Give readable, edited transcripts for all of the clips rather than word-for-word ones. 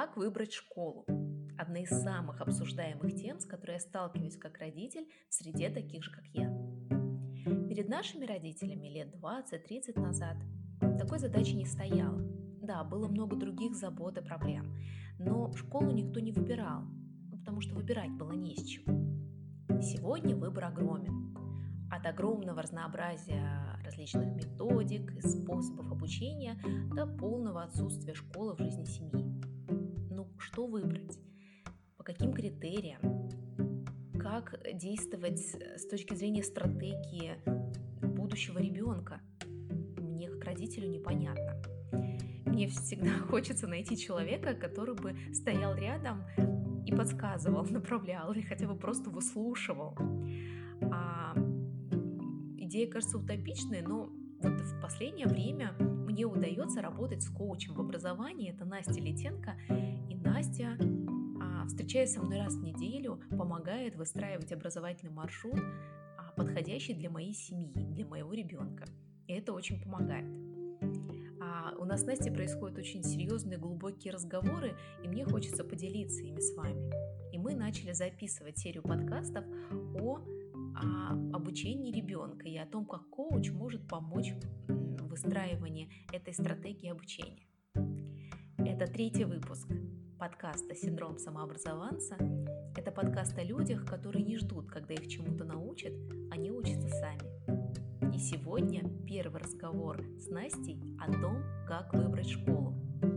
Как выбрать школу? Одна из самых обсуждаемых тем, с которой я сталкиваюсь как родитель в среде таких же, как я. Перед нашими родителями лет 20-30 назад такой задачи не стояло. Да, было много других забот и проблем, но школу никто не выбирал, потому что выбирать было не с чего. Сегодня выбор огромен. От огромного разнообразия различных методик и способов обучения до полного отсутствия школы в жизни семьи. Ну, что выбрать? По каким критериям? Как действовать с точки зрения стратегии будущего ребенка? Мне как родителю непонятно. Мне всегда хочется найти человека, который бы стоял рядом и подсказывал, направлял или хотя бы просто выслушивал. А, Идея кажется утопичной, но вот в последнее время мне удается работать с коучем в образовании. Это Настя Летенко. И Настя, встречаясь со мной раз в неделю, помогает выстраивать образовательный маршрут, подходящий для моей семьи, для моего ребенка. И это очень помогает. У нас с Настей происходят очень серьезные, глубокие разговоры, и мне хочется поделиться ими с вами. И мы начали записывать серию подкастов о обучении ребенка и о том, как коуч может помочь в выстраивании этой стратегии обучения. Это третий выпуск подкаста «Синдром самообразованца». Это подкаст о людях, которые не ждут, когда их чему-то научат, они учатся сами. И сегодня первый разговор с Настей о том, как выбрать школу.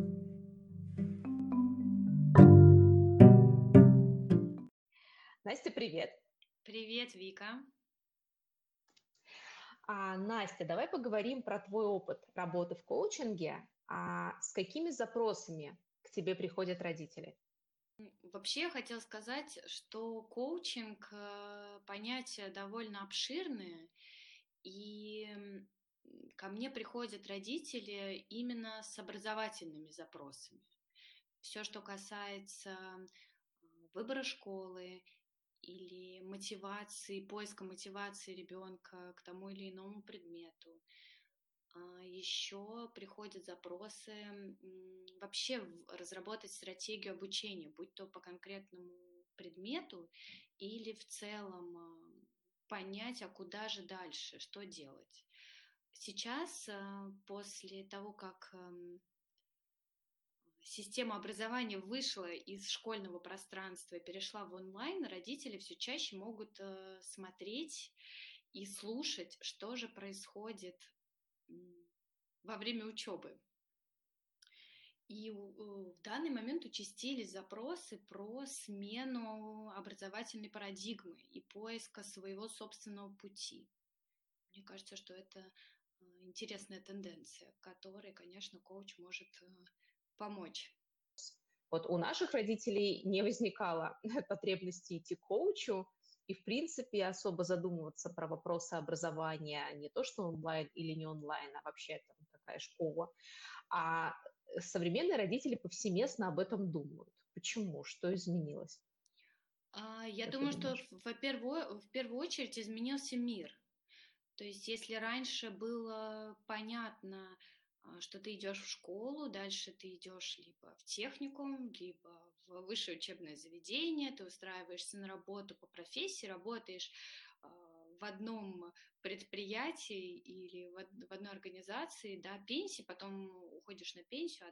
Настя, привет! Привет, Вика. Настя, давай поговорим про твой опыт работы в коучинге. С какими запросами к тебе приходят родители? Вообще я хотела сказать, что коучинг понятие довольно обширное, и ко мне приходят родители именно с образовательными запросами. Все, что касается выбора школы или мотивации, поиска мотивации ребенка к тому или иному предмету. Еще приходят запросы вообще разработать стратегию обучения, будь то по конкретному предмету или в целом понять, а куда же дальше, что делать. Сейчас, после того, как система образования вышла из школьного пространства и перешла в онлайн, родители все чаще могут смотреть и слушать, что же происходит во время учебы. И в данный момент участились запросы про смену образовательной парадигмы и поиска своего собственного пути. Мне кажется, что это интересная тенденция, которой, конечно, коуч может помочь. Вот у наших родителей не возникало потребности идти к коучу и, в принципе, особо задумываться про вопросы образования, не то что онлайн или не онлайн, а вообще там такая школа. А современные родители повсеместно об этом думают. Почему? Что изменилось? Я Как ты думаю, что думаешь? в первую очередь изменился мир. То есть если раньше было понятно, что ты идешь в школу, дальше ты идешь либо в техникум, либо в высшее учебное заведение, ты устраиваешься на работу по профессии, работаешь в одном предприятии или в одной организации до пенсии, потом уходишь на пенсию,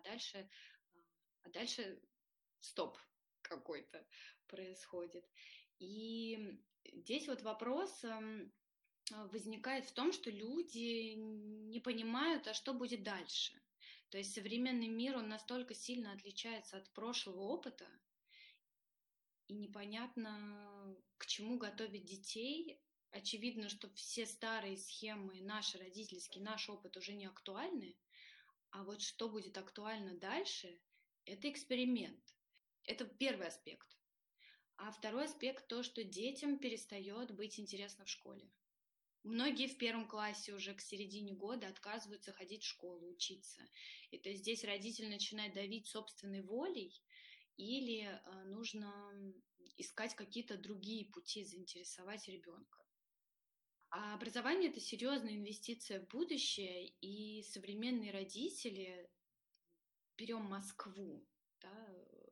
а дальше стоп какой-то происходит. И здесь вот вопрос возникает в том, что люди не понимают, а что будет дальше. То есть современный мир, он настолько сильно отличается от прошлого опыта, и непонятно, к чему готовить детей. Очевидно, что все старые схемы, наши родительские, наш опыт уже не актуальны, а вот что будет актуально дальше, это эксперимент. Это первый аспект. А второй аспект то, что детям перестает быть интересно в школе. Многие в первом классе уже к середине года отказываются ходить в школу, учиться. И то есть здесь родитель начинает давить собственной волей или нужно искать какие-то другие пути заинтересовать ребенка. А образование — это серьезная инвестиция в будущее, и современные родители, берем Москву, да,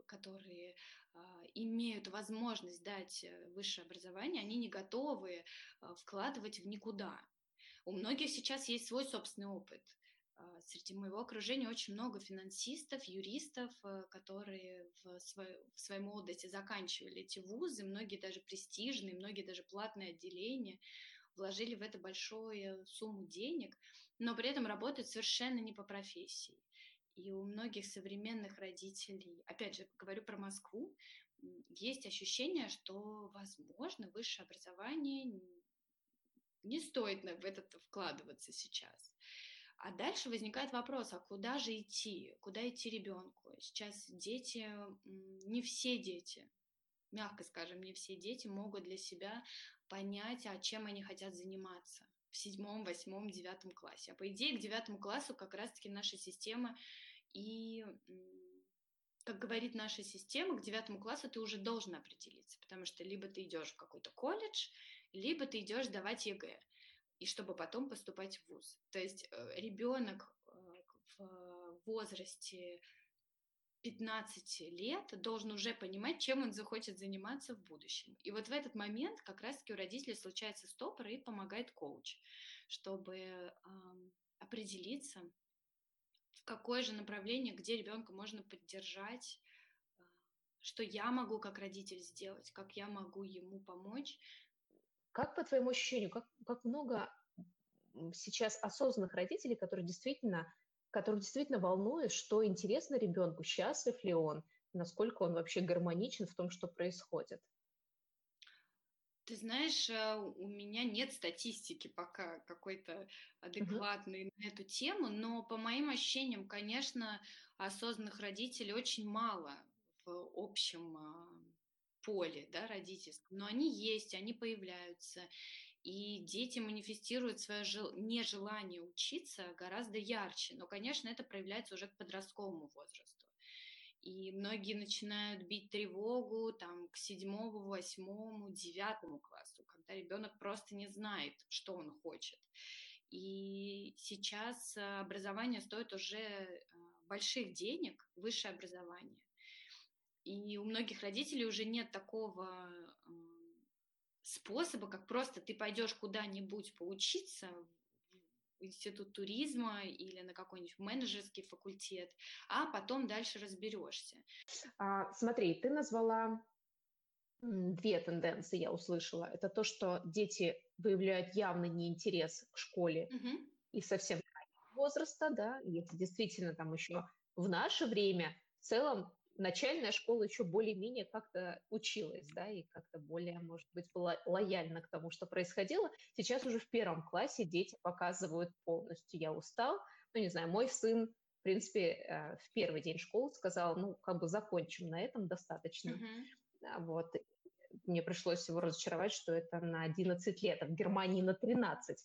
которые имеют возможность дать высшее образование, они не готовы вкладывать в никуда. У многих сейчас есть свой собственный опыт. Среди моего окружения очень много финансистов, юристов, которые в своей молодости заканчивали эти вузы, многие даже престижные, многие даже платные отделения, вложили в это большую сумму денег, но при этом работают совершенно не по профессии. И у многих современных родителей, опять же, говорю про Москву, есть ощущение, что, возможно, высшее образование не стоит в это вкладываться сейчас. А дальше возникает вопрос, а куда же идти? Куда идти ребенку? Сейчас дети, не все дети, мягко скажем, не все дети могут для себя понять, а чем они хотят заниматься в 7, 8, 9 классе. А по идее к 9 классу как раз-таки наша система и, как говорит наша система, к 9 классу ты уже должен определиться, потому что либо ты идешь в какой-то колледж, либо ты идешь сдавать ЕГЭ, и чтобы потом поступать в вуз. То есть ребенок в возрасте 15 лет должен уже понимать, чем он захочет заниматься в будущем. И вот в этот момент как раз-таки у родителей случается стопор и помогает коуч, чтобы определиться, в какое же направление, где ребенка можно поддержать, а, что я могу как родитель сделать, как я могу ему помочь. Как по твоему ощущению, как много сейчас осознанных родителей, которых действительно волнует, что интересно ребенку, счастлив ли он, насколько он вообще гармоничен в том, что происходит? Ты знаешь, у меня нет статистики пока какой-то адекватной на эту тему, но по моим ощущениям, конечно, осознанных родителей очень мало в общем поле, да, родительском, но они есть, они появляются, и дети манифестируют свое нежелание учиться гораздо ярче, но, конечно, это проявляется уже к подростковому возрасту. И многие начинают бить тревогу там, к 7, 8, 9 классу, когда ребенок просто не знает, что он хочет. И сейчас образование стоит уже больших денег, высшее образование. И у многих родителей уже нет такого способа, как просто ты пойдешь куда-нибудь поучиться в институт туризма или на какой-нибудь менеджерский факультет, а потом дальше разберешься. Смотри, ты назвала две тенденции, я услышала. Это то, что дети выявляют явный неинтерес к школе и совсем раннего возраста, да, и это действительно там еще в наше время в целом начальная школа еще более-менее как-то училась, да, и как-то более, может быть, была лояльна к тому, что происходило. Сейчас уже в 1 классе дети показывают полностью: я устал. Ну, не знаю, мой сын, в принципе, в первый день школы сказал: ну, как бы закончим на этом, достаточно. Вот. Мне пришлось его разочаровать, что это на 11 лет, а в Германии на 13.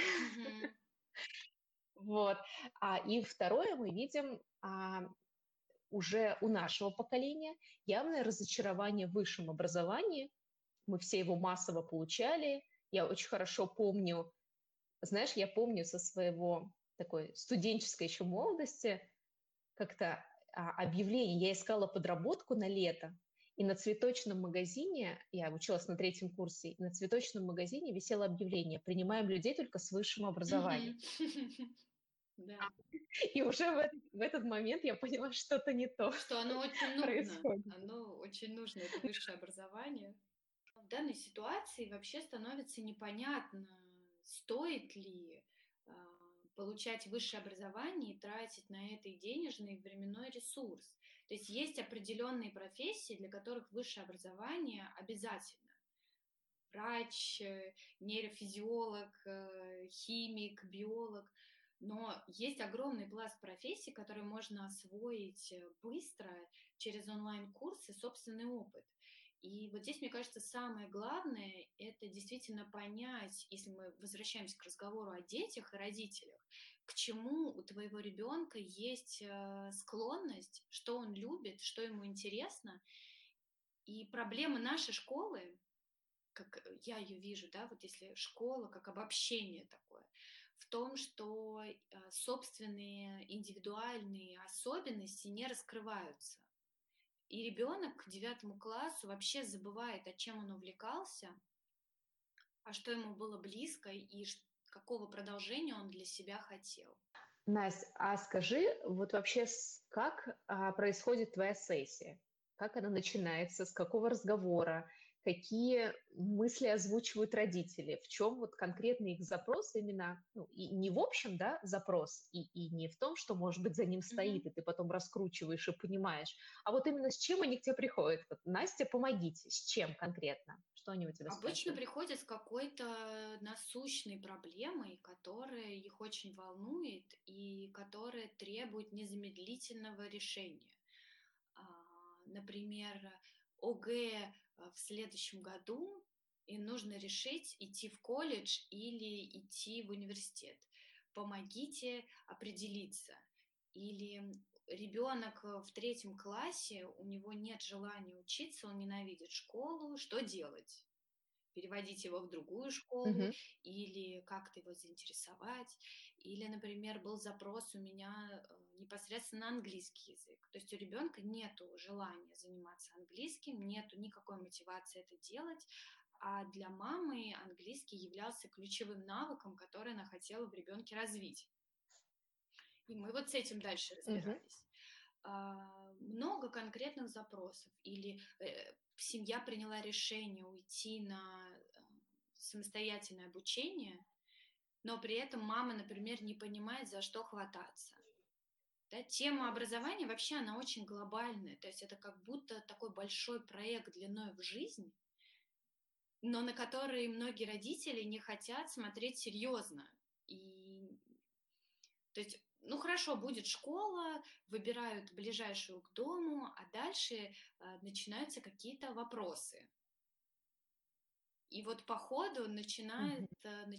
Вот. И второе, мы видим уже у нашего поколения явное разочарование в высшем образовании. Мы все его массово получали. Я очень хорошо помню, знаешь, я помню со своего такой студенческой еще молодости как-то объявление. Я искала подработку на лето, и на цветочном магазине, я училась на 3-м курсе, и на цветочном магазине висело объявление: принимаем людей только с высшим образованием. Да. И уже в этот момент я поняла, что-то не то Что оно очень нужно. происходит. Оно очень нужно, это высшее образование. В данной ситуации вообще становится непонятно, стоит ли получать высшее образование и тратить на это и денежный, и временной ресурс. То есть есть определенные профессии, для которых высшее образование обязательно. Врач, нейрофизиолог, химик, биолог. Но есть огромный пласт профессий, которые можно освоить быстро через онлайн-курсы, собственный опыт. И вот здесь, мне кажется, самое главное — это действительно понять, если мы возвращаемся к разговору о детях и родителях, к чему у твоего ребенка есть склонность, что он любит, что ему интересно. И проблема нашей школы, как я ее вижу, да, вот если школа как обобщение такое, в том, что собственные индивидуальные особенности не раскрываются. И ребенок к 9 классу вообще забывает, чем он увлекался, а что ему было близко и какого продолжения он для себя хотел. Настя, а скажи, вот вообще, как происходит твоя сессия? Как она начинается? С какого разговора? Какие мысли озвучивают родители? В чем вот конкретный их запрос именно? Ну, и не в общем, да, запрос, и не в том, что, может быть, за ним стоит, и ты потом раскручиваешь и понимаешь, а вот именно с чем они к тебе приходят? Вот, Настя, помогите. С чем конкретно? Что они у тебя Обычно спрашивают? приходят с какой-то насущной проблемой, которая их очень волнует и которая требует незамедлительного решения. Например, ОГЭ в следующем году, и нужно решить, идти в колледж или идти в университет. Помогите определиться. Или ребенок в 3 классе, у него нет желания учиться, он ненавидит школу, что делать? Переводить его в другую школу или как-то его заинтересовать. Или, например, был запрос у меня непосредственно на английский язык. То есть у ребенка нету желания заниматься английским, нету никакой мотивации это делать, а для мамы английский являлся ключевым навыком, который она хотела в ребенке развить. И мы вот с этим дальше разбирались. Много конкретных запросов. Или семья приняла решение уйти на самостоятельное обучение, но при этом мама, например, не понимает, за что хвататься. Да, тема образования вообще, она очень глобальная, то есть это как будто такой большой проект длиной в жизнь, но на который многие родители не хотят смотреть серьезно. И, то есть, ну хорошо, будет школа, выбирают ближайшую к дому, а дальше начинаются какие-то вопросы. И вот по ходу начинают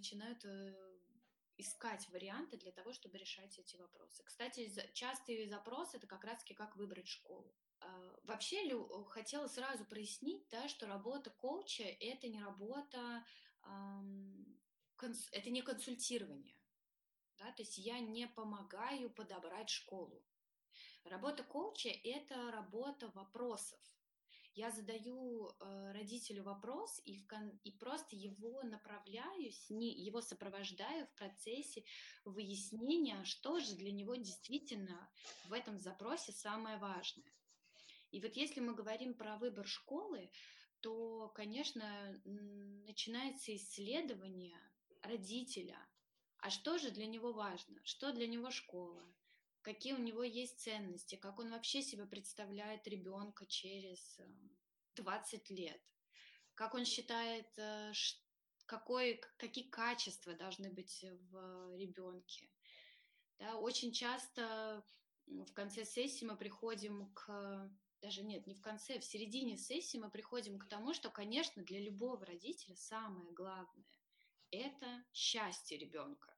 искать варианты для того, чтобы решать эти вопросы. Кстати, частый запрос — это как раз-таки как выбрать школу. Вообще, хотела сразу прояснить, да, что работа коуча — это не работа, это не консультирование. Да, то есть я не помогаю подобрать школу. Работа коуча — это работа вопросов. Я задаю родителю вопрос и просто его направляю, его сопровождаю в процессе выяснения, что же для него действительно в этом запросе самое важное. И вот если мы говорим про выбор школы, то, конечно, начинается исследование родителя. А что же для него важно? Что для него школа? Какие у него есть ценности? Как он вообще себе представляет ребенка через 20 лет? Как он считает, какие качества должны быть в ребенке? Да, очень часто в конце сессии мы приходим даже нет, не в конце, в середине сессии мы приходим к тому, что, конечно, для любого родителя самое главное – это счастье ребенка.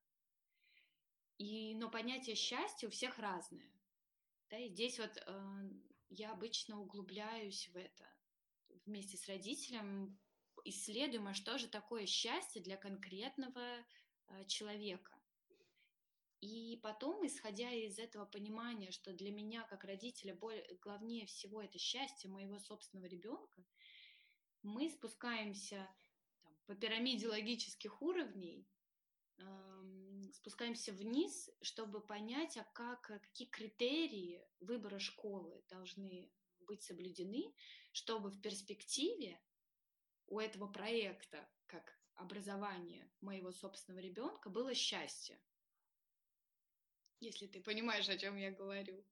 Но понятие счастья у всех разное. Да, и здесь вот я обычно углубляюсь в это вместе с родителем, исследуем, а что же такое счастье для конкретного человека. И потом, исходя из этого понимания, что для меня, как родителя, главнее всего это счастье моего собственного ребенка, мы спускаемся по пирамиде логических уровней, спускаемся вниз, чтобы понять, какие критерии выбора школы должны быть соблюдены, чтобы в перспективе у этого проекта, как образование моего собственного ребенка, было счастье. Если ты понимаешь, о чем я говорю.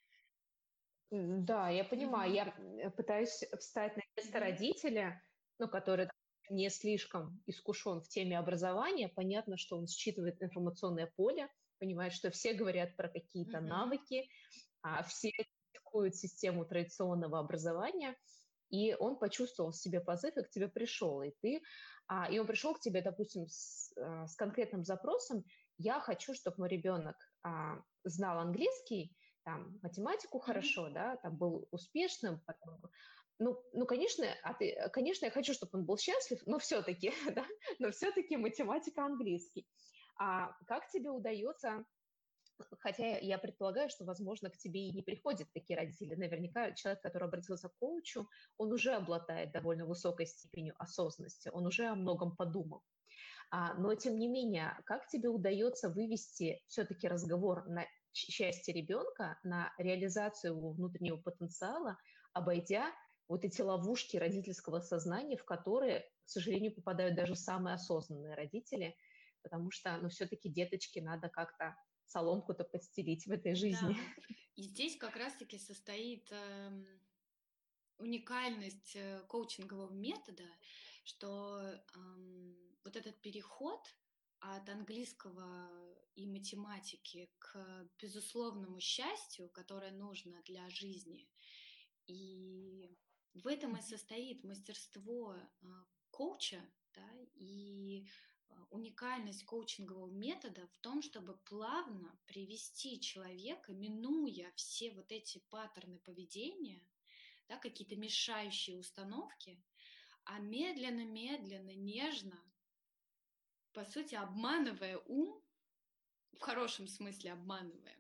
Да, я понимаю. Я пытаюсь встать на место родителя, который не слишком искушен в теме образования. Понятно, что он считывает информационное поле, понимает, что все говорят про какие-то навыки, а все критикуют систему традиционного образования, и он почувствовал в себе позыв и к тебе пришел. И он пришел к тебе, допустим, с конкретным запросом: я хочу, чтобы мой ребенок знал английский, математику хорошо, да, был успешным. Конечно, конечно, я хочу, чтобы он был счастлив, но все-таки, математика, английский. А как тебе удается хотя я предполагаю, что, возможно, к тебе и не приходят такие родители. Наверняка человек, который обратился к коучу, он уже обладает довольно высокой степенью осознанности, он уже о многом подумал. Но, тем не менее, как тебе удается вывести все-таки разговор на счастье ребенка, на реализацию его внутреннего потенциала, обойдя вот эти ловушки родительского сознания, в которые, к сожалению, попадают даже самые осознанные родители, потому что, ну, все-таки деточке надо как-то соломку-то подстелить в этой жизни. Да, и здесь как раз-таки состоит уникальность коучингового метода, что вот этот переход от английского и математики к безусловному счастью, которое нужно для жизни, и в этом и состоит мастерство коуча, да, и уникальность коучингового метода в том, чтобы плавно привести человека, минуя все вот эти паттерны поведения, да, какие-то мешающие установки, а медленно-медленно, нежно, по сути, обманывая ум, в хорошем смысле обманывая,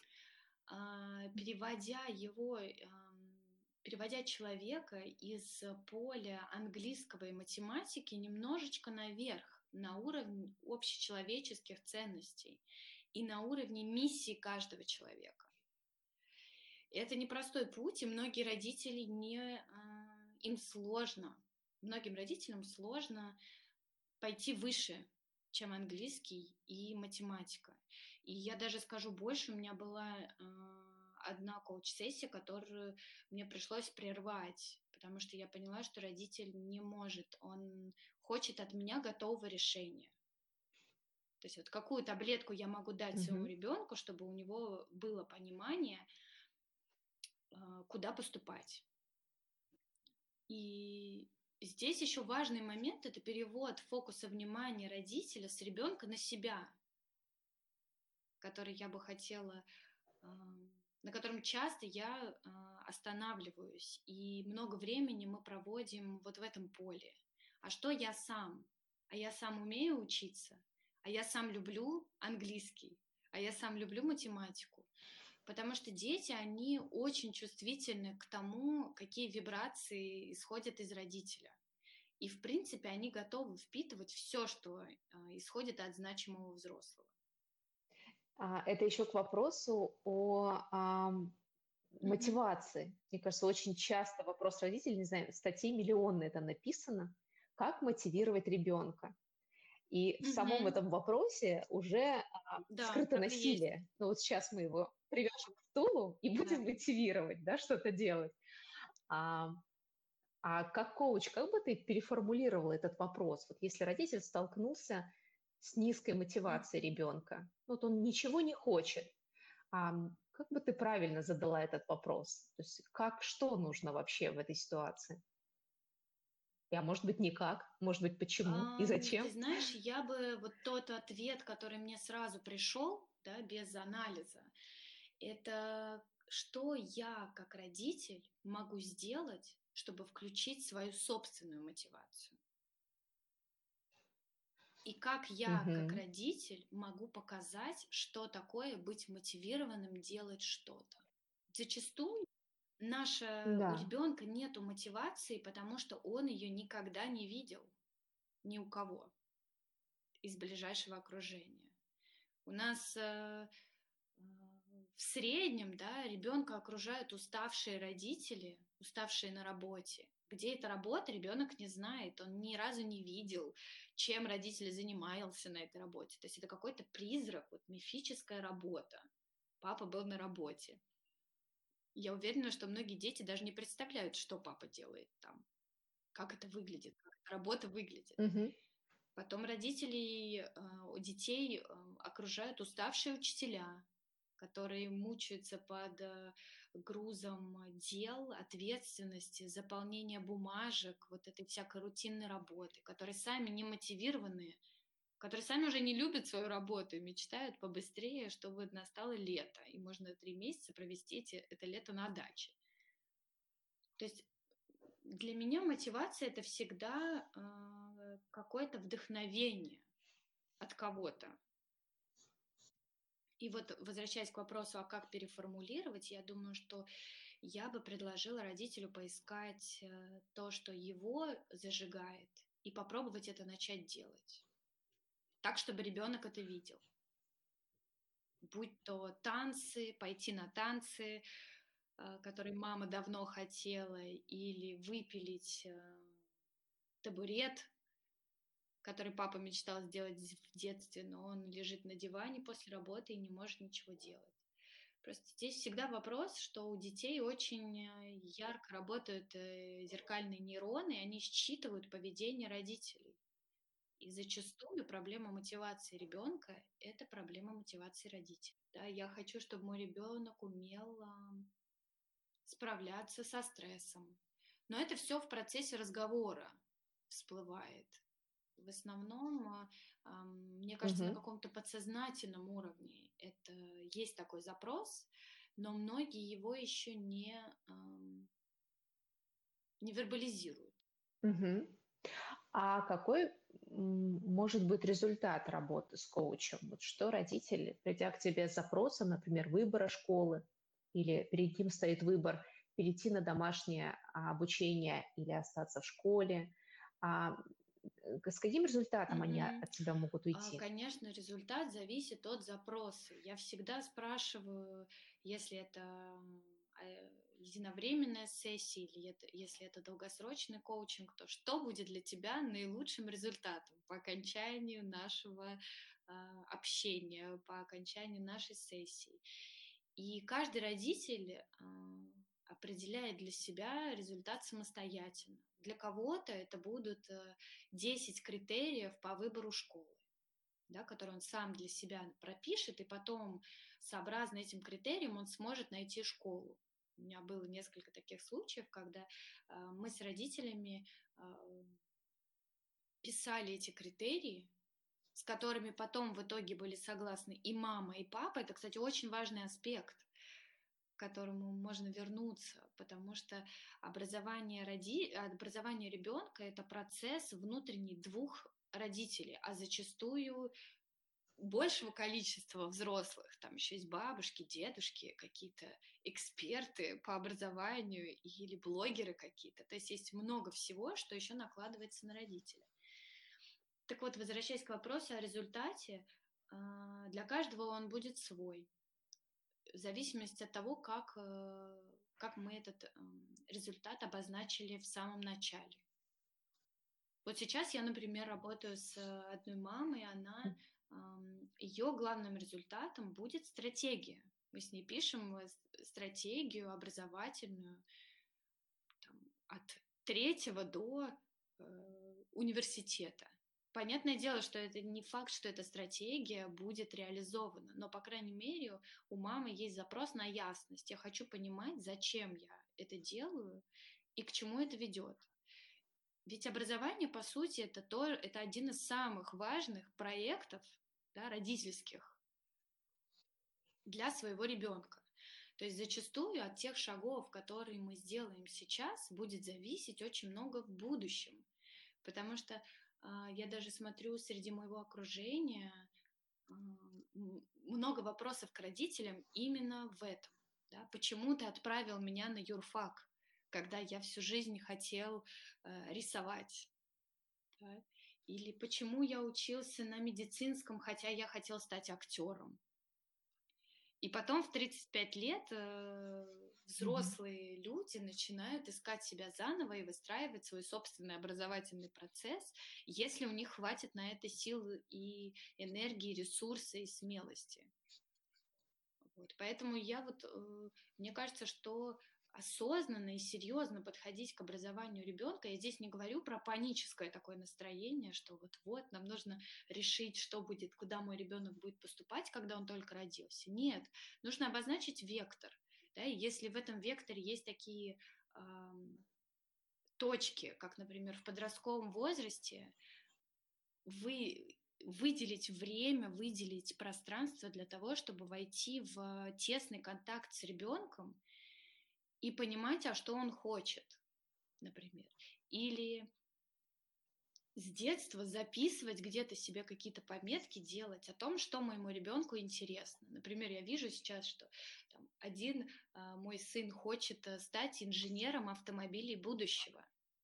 переводя человека из поля английского и математики немножечко наверх, на уровень общечеловеческих ценностей и на уровне миссии каждого человека. Это непростой путь, и многие родители многим родителям сложно пойти выше, чем английский и математика. И я даже скажу больше, у меня была одна коуч-сессия, которую мне пришлось прервать, потому что я поняла, что родитель не может, он хочет от меня готового решения. То есть вот какую таблетку я могу дать своему ребенку, чтобы у него было понимание, куда поступать. И здесь еще важный момент — это перевод фокуса внимания родителя с ребенка на себя, который я бы хотела, на котором часто я останавливаюсь, и много времени мы проводим вот в этом поле. А что я сам? А я сам умею учиться? А я сам люблю английский? А я сам люблю математику? Потому что дети, они очень чувствительны к тому, какие вибрации исходят из родителя. И, в принципе, они готовы впитывать все, что исходит от значимого взрослого. Это еще к вопросу о мотивации. Мне кажется, очень часто вопрос родителей, не знаю, статьи миллионные там написано, как мотивировать ребенка. И в самом этом вопросе уже скрыто насилие. Но вот сейчас мы его привяжем к стулу и будем мотивировать, да, что-то делать. Как коуч, как бы ты переформулировала этот вопрос? Вот если родитель столкнулся с низкой мотивацией ребенка, вот он ничего не хочет, как бы ты правильно задала этот вопрос? То есть что нужно вообще в этой ситуации? Может быть, никак, может быть, почему и зачем? Ты знаешь, я бы вот тот ответ, который мне сразу пришел, да, без анализа, это что я как родитель могу сделать, чтобы включить свою собственную мотивацию? И как я как родитель могу показать, что такое быть мотивированным делать что-то? Зачастую у ребенка нету мотивации, потому что он ее никогда не видел ни у кого из ближайшего окружения. У нас в среднем, да, ребенка окружают уставшие родители, уставшие на работе. Где эта работа, ребенок не знает, он ни разу не видел, чем родитель занимался на этой работе. То есть это какой-то призрак, вот мифическая работа. Папа был на работе. Я уверена, что многие дети даже не представляют, что папа делает там, как это выглядит, как эта работа выглядит. Потом родителей, у детей окружают уставшие учителя, которые мучаются под грузом дел, ответственности, заполнения бумажек, вот этой всякой рутинной работы, которые сами не мотивированные, которые сами уже не любят свою работу и мечтают побыстрее, чтобы настало лето, и можно 3 месяца провести это лето на даче. То есть для меня мотивация — это всегда какое-то вдохновение от кого-то. И вот возвращаясь к вопросу, а как переформулировать, я думаю, что я бы предложила родителю поискать то, что его зажигает, и попробовать это начать делать. Так, чтобы ребенок это видел. Будь то танцы, пойти на танцы, которые мама давно хотела, или выпилить табурет, который папа мечтал сделать в детстве, но он лежит на диване после работы и не может ничего делать. Просто здесь всегда вопрос, что у детей очень ярко работают зеркальные нейроны, и они считывают поведение родителей. И зачастую проблема мотивации ребенка – это проблема мотивации родителей. Да, я хочу, чтобы мой ребенок умел справляться со стрессом. Но это все в процессе разговора всплывает. В основном, мне кажется, на каком-то подсознательном уровне это есть такой запрос, но многие его еще не вербализируют. А какой может быть результат работы с коучем? Вот что родители, придя к тебе с запросом, например, выбора школы, или перед ним стоит выбор перейти на домашнее обучение или остаться в школе, с каким результатом они от тебя могут уйти? Конечно, результат зависит от запроса. Я всегда спрашиваю, если это единовременная сессия или если это долгосрочный коучинг, то что будет для тебя наилучшим результатом по окончанию нашего общения, по окончанию нашей сессии. И каждый родитель определяет для себя результат самостоятельно. Для кого-то это будут 10 критериев по выбору школы, да, которые он сам для себя пропишет, и потом, сообразно этим критериям, он сможет найти школу. У меня было несколько таких случаев, когда мы с родителями писали эти критерии, с которыми потом в итоге были согласны и мама, и папа. Это, кстати, очень важный аспект, к которому можно вернуться, потому что образование ребенка – это процесс внутренний двух родителей, а зачастую большего количества взрослых. Там еще есть бабушки, дедушки, какие-то эксперты по образованию или блогеры какие-то. То есть есть много всего, что еще накладывается на родителя. Так вот, возвращаясь к вопросу о результате, для каждого он будет свой, в зависимости от того, как мы этот результат обозначили в самом начале. Вот сейчас я, например, работаю с одной мамой, ее главным результатом будет стратегия. Мы с ней пишем стратегию образовательную от 3 до университета. Понятное дело, что это не факт, что эта стратегия будет реализована, но, по крайней мере, у мамы есть запрос на ясность. Я хочу понимать, зачем я это делаю и к чему это ведет. Ведь образование, по сути, это один из самых важных проектов, да, родительских для своего ребенка. То есть зачастую от тех шагов, которые мы сделаем сейчас, будет зависеть очень много в будущем. Потому что я даже смотрю среди моего окружения много вопросов к родителям именно в этом. Да? Почему ты отправил меня на юрфак, когда я всю жизнь хотел рисовать? Да? Или почему я учился на медицинском, хотя я хотел стать актером? И потом в 35 лет взрослые люди начинают искать себя заново и выстраивать свой собственный образовательный процесс, если у них хватит на это сил и энергии, ресурса и смелости. Вот. Поэтому мне кажется, что осознанно и серьезно подходить к образованию ребенка. Я здесь не говорю про паническое такое настроение, что вот нам нужно решить, что будет, куда мой ребенок будет поступать, когда он только родился. Нет, нужно обозначить вектор. Да, и если в этом векторе есть такие точки, как, например, в подростковом возрасте, выделить время, выделить пространство для того, чтобы войти в тесный контакт с ребенком и понимать, а что он хочет, например. Или с детства записывать где-то себе какие-то пометки, делать о том, что моему ребенку интересно. Например, я вижу сейчас, что там, один мой сын хочет стать инженером автомобилей будущего.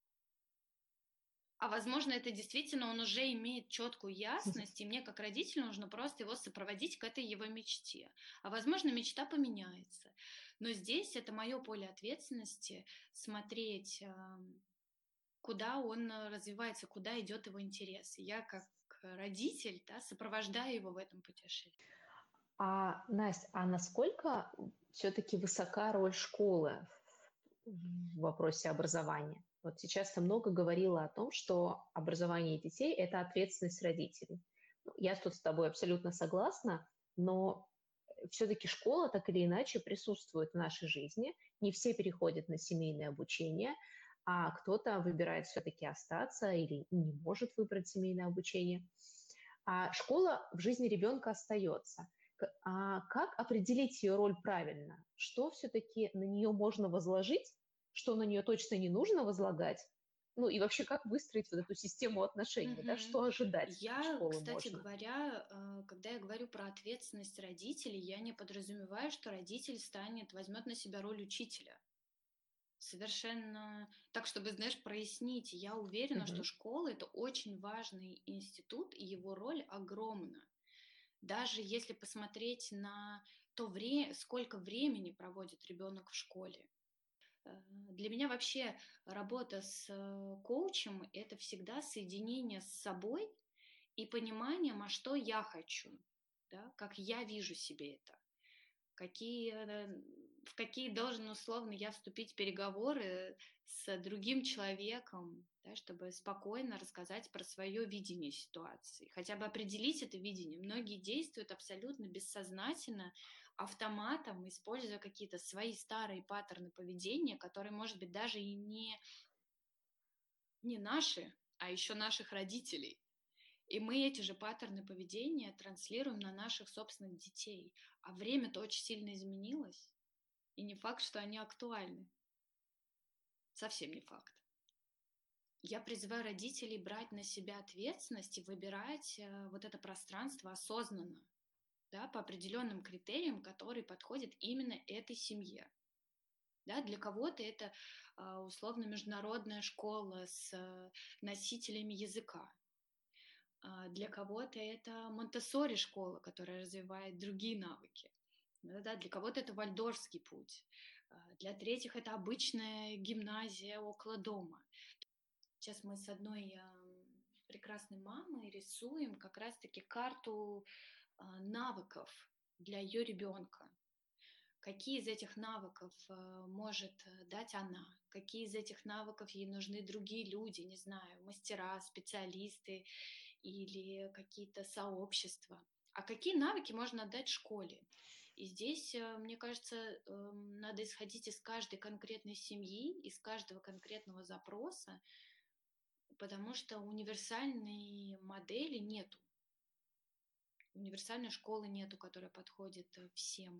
А возможно, это действительно он уже имеет четкую ясность, и мне как родителю нужно просто его сопроводить к этой его мечте. А возможно, мечта поменяется. Но здесь это мое поле ответственности смотреть, куда он развивается, куда идет его интерес. И я как родитель, да, сопровождаю его в этом путешествии. Настя, а насколько все-таки высока роль школы в вопросе образования? Вот сейчас ты много говорила о том, что образование детей – это ответственность родителей. Я тут с тобой абсолютно согласна, но все-таки школа так или иначе присутствует в нашей жизни. Не все переходят на семейное обучение, а кто-то выбирает все-таки остаться или не может выбрать семейное обучение. А школа в жизни ребенка остается. А как определить ее роль правильно? Что все-таки на нее можно возложить, что на нее точно не нужно возлагать? Ну и вообще, как выстроить вот эту систему отношений, да? Что ожидать от школы Кстати можно? говоря, когда я говорю про ответственность родителей, я не подразумеваю, что родитель возьмет на себя роль учителя. Совершенно так, чтобы, знаешь, прояснить, я уверена, что школа – это очень важный институт, и его роль огромна. Даже если посмотреть на то время, сколько времени проводит ребенок в школе. Для меня вообще работа с коучем – это всегда соединение с собой и пониманием, а что я хочу, да, как я вижу себе это. В какие должен условно я вступить в переговоры с другим человеком, да, чтобы спокойно рассказать про свое видение ситуации, хотя бы определить это видение. Многие действуют абсолютно бессознательно, автоматом, используя какие-то свои старые паттерны поведения, которые, может быть, даже и не наши, а еще наших родителей. И мы эти же паттерны поведения транслируем на наших собственных детей. А время-то очень сильно изменилось. И не факт, что они актуальны. Совсем не факт. Я призываю родителей брать на себя ответственность и выбирать вот это пространство осознанно, да, по определенным критериям, которые подходят именно этой семье. Да, для кого-то это условно международная школа с носителями языка. Для кого-то это Монтессори школа, которая развивает другие навыки. Да, для кого-то это вальдорфский путь. Для третьих это обычная гимназия около дома. Сейчас мы с одной прекрасной мамой рисуем как раз-таки карту навыков для ее ребенка. Какие из этих навыков может дать она, какие из этих навыков ей нужны другие люди, не знаю, мастера, специалисты или какие-то сообщества. А какие навыки можно отдать школе? И здесь, мне кажется, надо исходить из каждой конкретной семьи, из каждого конкретного запроса, потому что универсальной модели нету. Универсальной школы нету, которая подходит всем.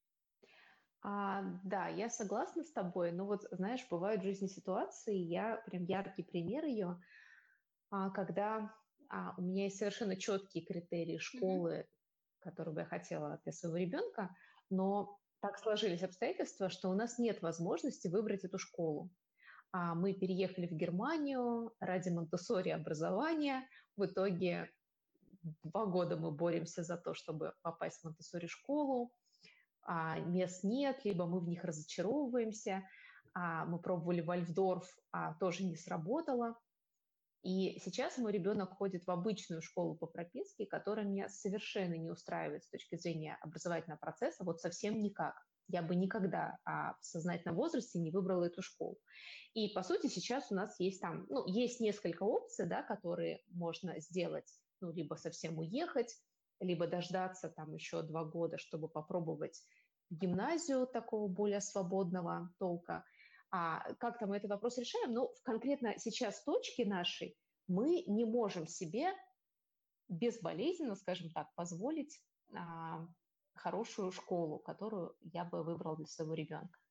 Да, я согласна с тобой, но вот, знаешь, бывают в жизни ситуации, я прям яркий пример ее, когда у меня есть совершенно четкие критерии школы, которые бы я хотела для своего ребенка, но так сложились обстоятельства, что у нас нет возможности выбрать эту школу. Мы переехали в Германию ради Монтессори образования. В итоге 2 года мы боремся за то, чтобы попасть в Монтессори школу. Мест нет, либо мы в них разочаровываемся. Мы пробовали Вальфдорф, тоже не сработало. И сейчас мой ребенок ходит в обычную школу по прописке, которая меня совершенно не устраивает с точки зрения образовательного процесса, вот совсем никак. Я бы никогда в сознательном возрасте не выбрала эту школу. И, по сути, сейчас у нас есть там, есть несколько опций, да, которые можно сделать, либо совсем уехать, либо дождаться там еще 2 года, чтобы попробовать гимназию такого более свободного толка. Как-то мы этот вопрос решаем, но конкретно сейчас точки нашей мы не можем себе безболезненно, скажем так, позволить хорошую школу, которую я бы выбрала для своего ребенка.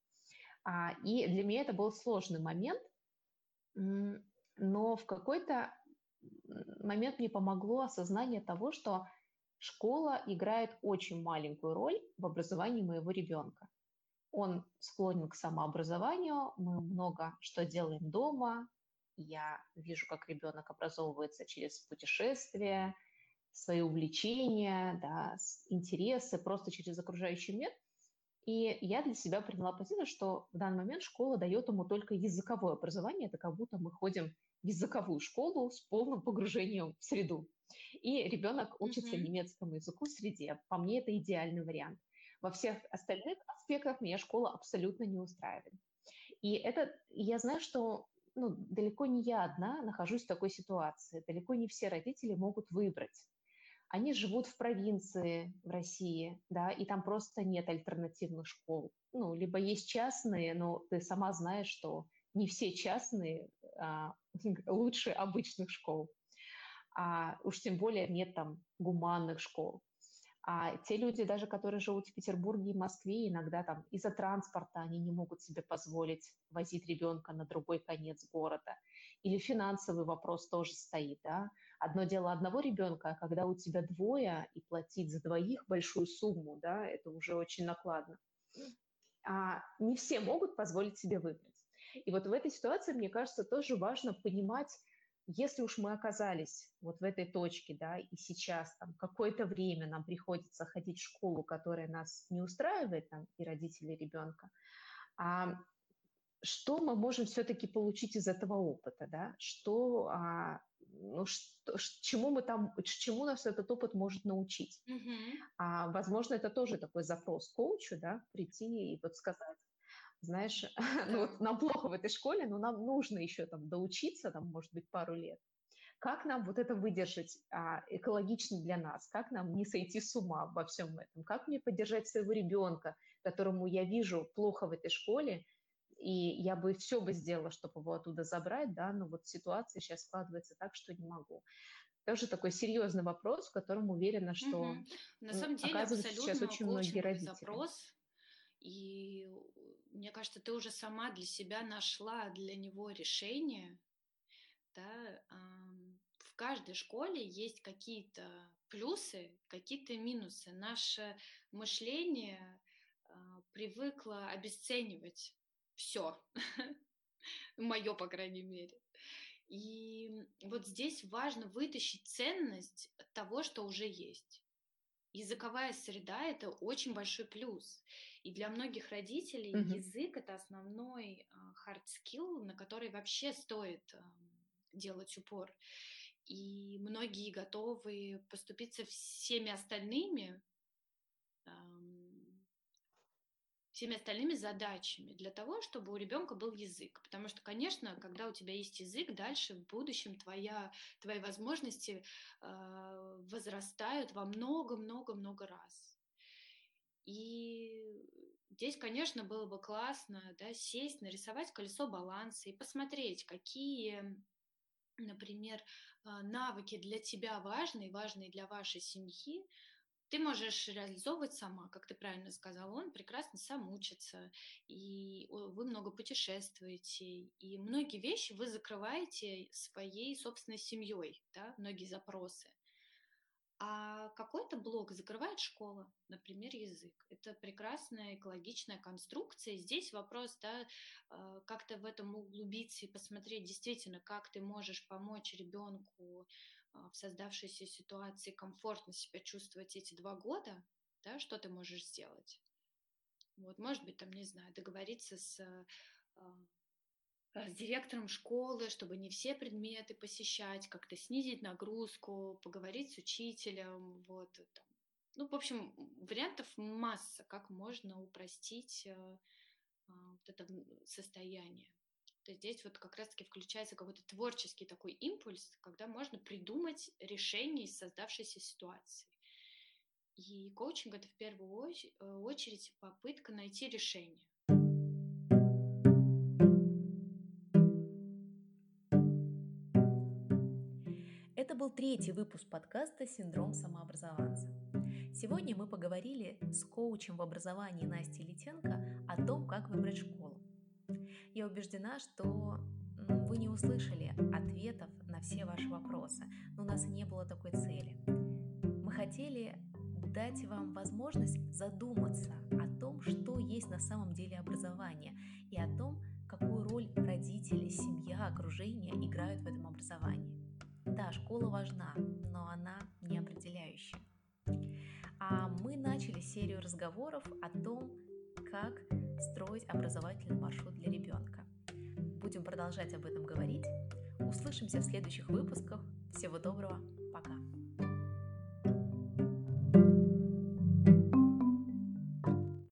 И для меня это был сложный момент, но в какой-то момент мне помогло осознание того, что школа играет очень маленькую роль в образовании моего ребенка. Он склонен к самообразованию, мы много что делаем дома. Я вижу, как ребенок образовывается через путешествия, свои увлечения, да, интересы, просто через окружающий мир. И я для себя приняла позицию, что в данный момент школа дает ему только языковое образование. Это как будто мы ходим в языковую школу с полным погружением в среду. И ребенок учится немецкому языку в среде. По мне, это идеальный вариант. Во всех остальных аспектах меня школа абсолютно не устраивает. И это, я знаю, что далеко не я одна нахожусь в такой ситуации. Далеко не все родители могут выбрать. Они живут в провинции в России, да, и там просто нет альтернативных школ. Либо есть частные, но ты сама знаешь, что не все частные лучше обычных школ. А уж тем более нет там гуманных школ. А те люди, даже которые живут в Петербурге и Москве, иногда там из-за транспорта они не могут себе позволить возить ребенка на другой конец города. Или финансовый вопрос тоже стоит. Да? Одно дело одного ребенка, а когда у тебя двое, и платить за двоих большую сумму, да, это уже очень накладно. Не все могут позволить себе выбрать. И вот в этой ситуации, мне кажется, тоже важно понимать, если уж мы оказались вот в этой точке, да, и сейчас там какое-то время нам приходится ходить в школу, которая нас не устраивает, там, и родители ребенка, что мы можем все-таки получить из этого опыта, да, чему нас этот опыт может научить. Возможно, это тоже такой запрос коучу, да, прийти и вот сказать, знаешь, нам плохо в этой школе, но нам нужно еще там доучиться, там, может быть, пару лет. Как нам вот это выдержать экологично для нас? Как нам не сойти с ума во всем этом? Как мне поддержать своего ребенка, которому я вижу плохо в этой школе, и я бы все бы сделала, чтобы его оттуда забрать, да, но вот ситуация сейчас складывается так, что не могу. Тоже такой серьезный вопрос, в котором уверена, что На самом деле оказываются сейчас абсолютно очень многие коучинговый родители. запрос. И мне кажется, ты уже сама для себя нашла для него решение. Да? В каждой школе есть какие-то плюсы, какие-то минусы. Наше мышление привыкло обесценивать все, мое, по крайней мере. И вот здесь важно вытащить ценность того, что уже есть. Языковая среда – это очень большой плюс. И для многих родителей язык – это основной hard skill, на который вообще стоит делать упор. И многие готовы поступиться всеми остальными задачами для того, чтобы у ребенка был язык. Потому что, конечно, когда у тебя есть язык, дальше в будущем твои возможности возрастают во много-много-много раз. И здесь, конечно, было бы классно, да, сесть, нарисовать колесо баланса и посмотреть, какие, например, навыки для тебя важные для вашей семьи, ты можешь реализовывать сама, как ты правильно сказала, он прекрасно сам учится, и вы много путешествуете, и многие вещи вы закрываете своей собственной семьей, да, многие запросы. А какой-то блок закрывает школа, например, язык. Это прекрасная экологичная конструкция. Здесь вопрос, да, как-то в этом углубиться и посмотреть действительно, как ты можешь помочь ребенку в создавшейся ситуации комфортно себя чувствовать эти 2 года, да, что ты можешь сделать. Вот, может быть, там, не знаю, договориться с директором школы, чтобы не все предметы посещать, как-то снизить нагрузку, поговорить с учителем, вот. Там. В общем, вариантов масса, как можно упростить вот это состояние. То есть здесь вот как раз-таки включается какой-то творческий такой импульс, когда можно придумать решение из создавшейся ситуации. И коучинг – это в первую очередь попытка найти решение. Это был 3-й выпуск подкаста «Синдром самообразованца». Сегодня мы поговорили с коучем в образовании Настей Литенко о том, как выбрать школу. Я убеждена, что вы не услышали ответов на все ваши вопросы, но у нас и не было такой цели. Мы хотели дать вам возможность задуматься о том, что есть на самом деле образование, и о том, какую роль родители, семья, окружение играют в этом образовании. Да, школа важна, но она не определяющая. А мы начали серию разговоров о том, как строить образовательный маршрут для ребенка. Будем продолжать об этом говорить. Услышимся в следующих выпусках. Всего доброго. Пока.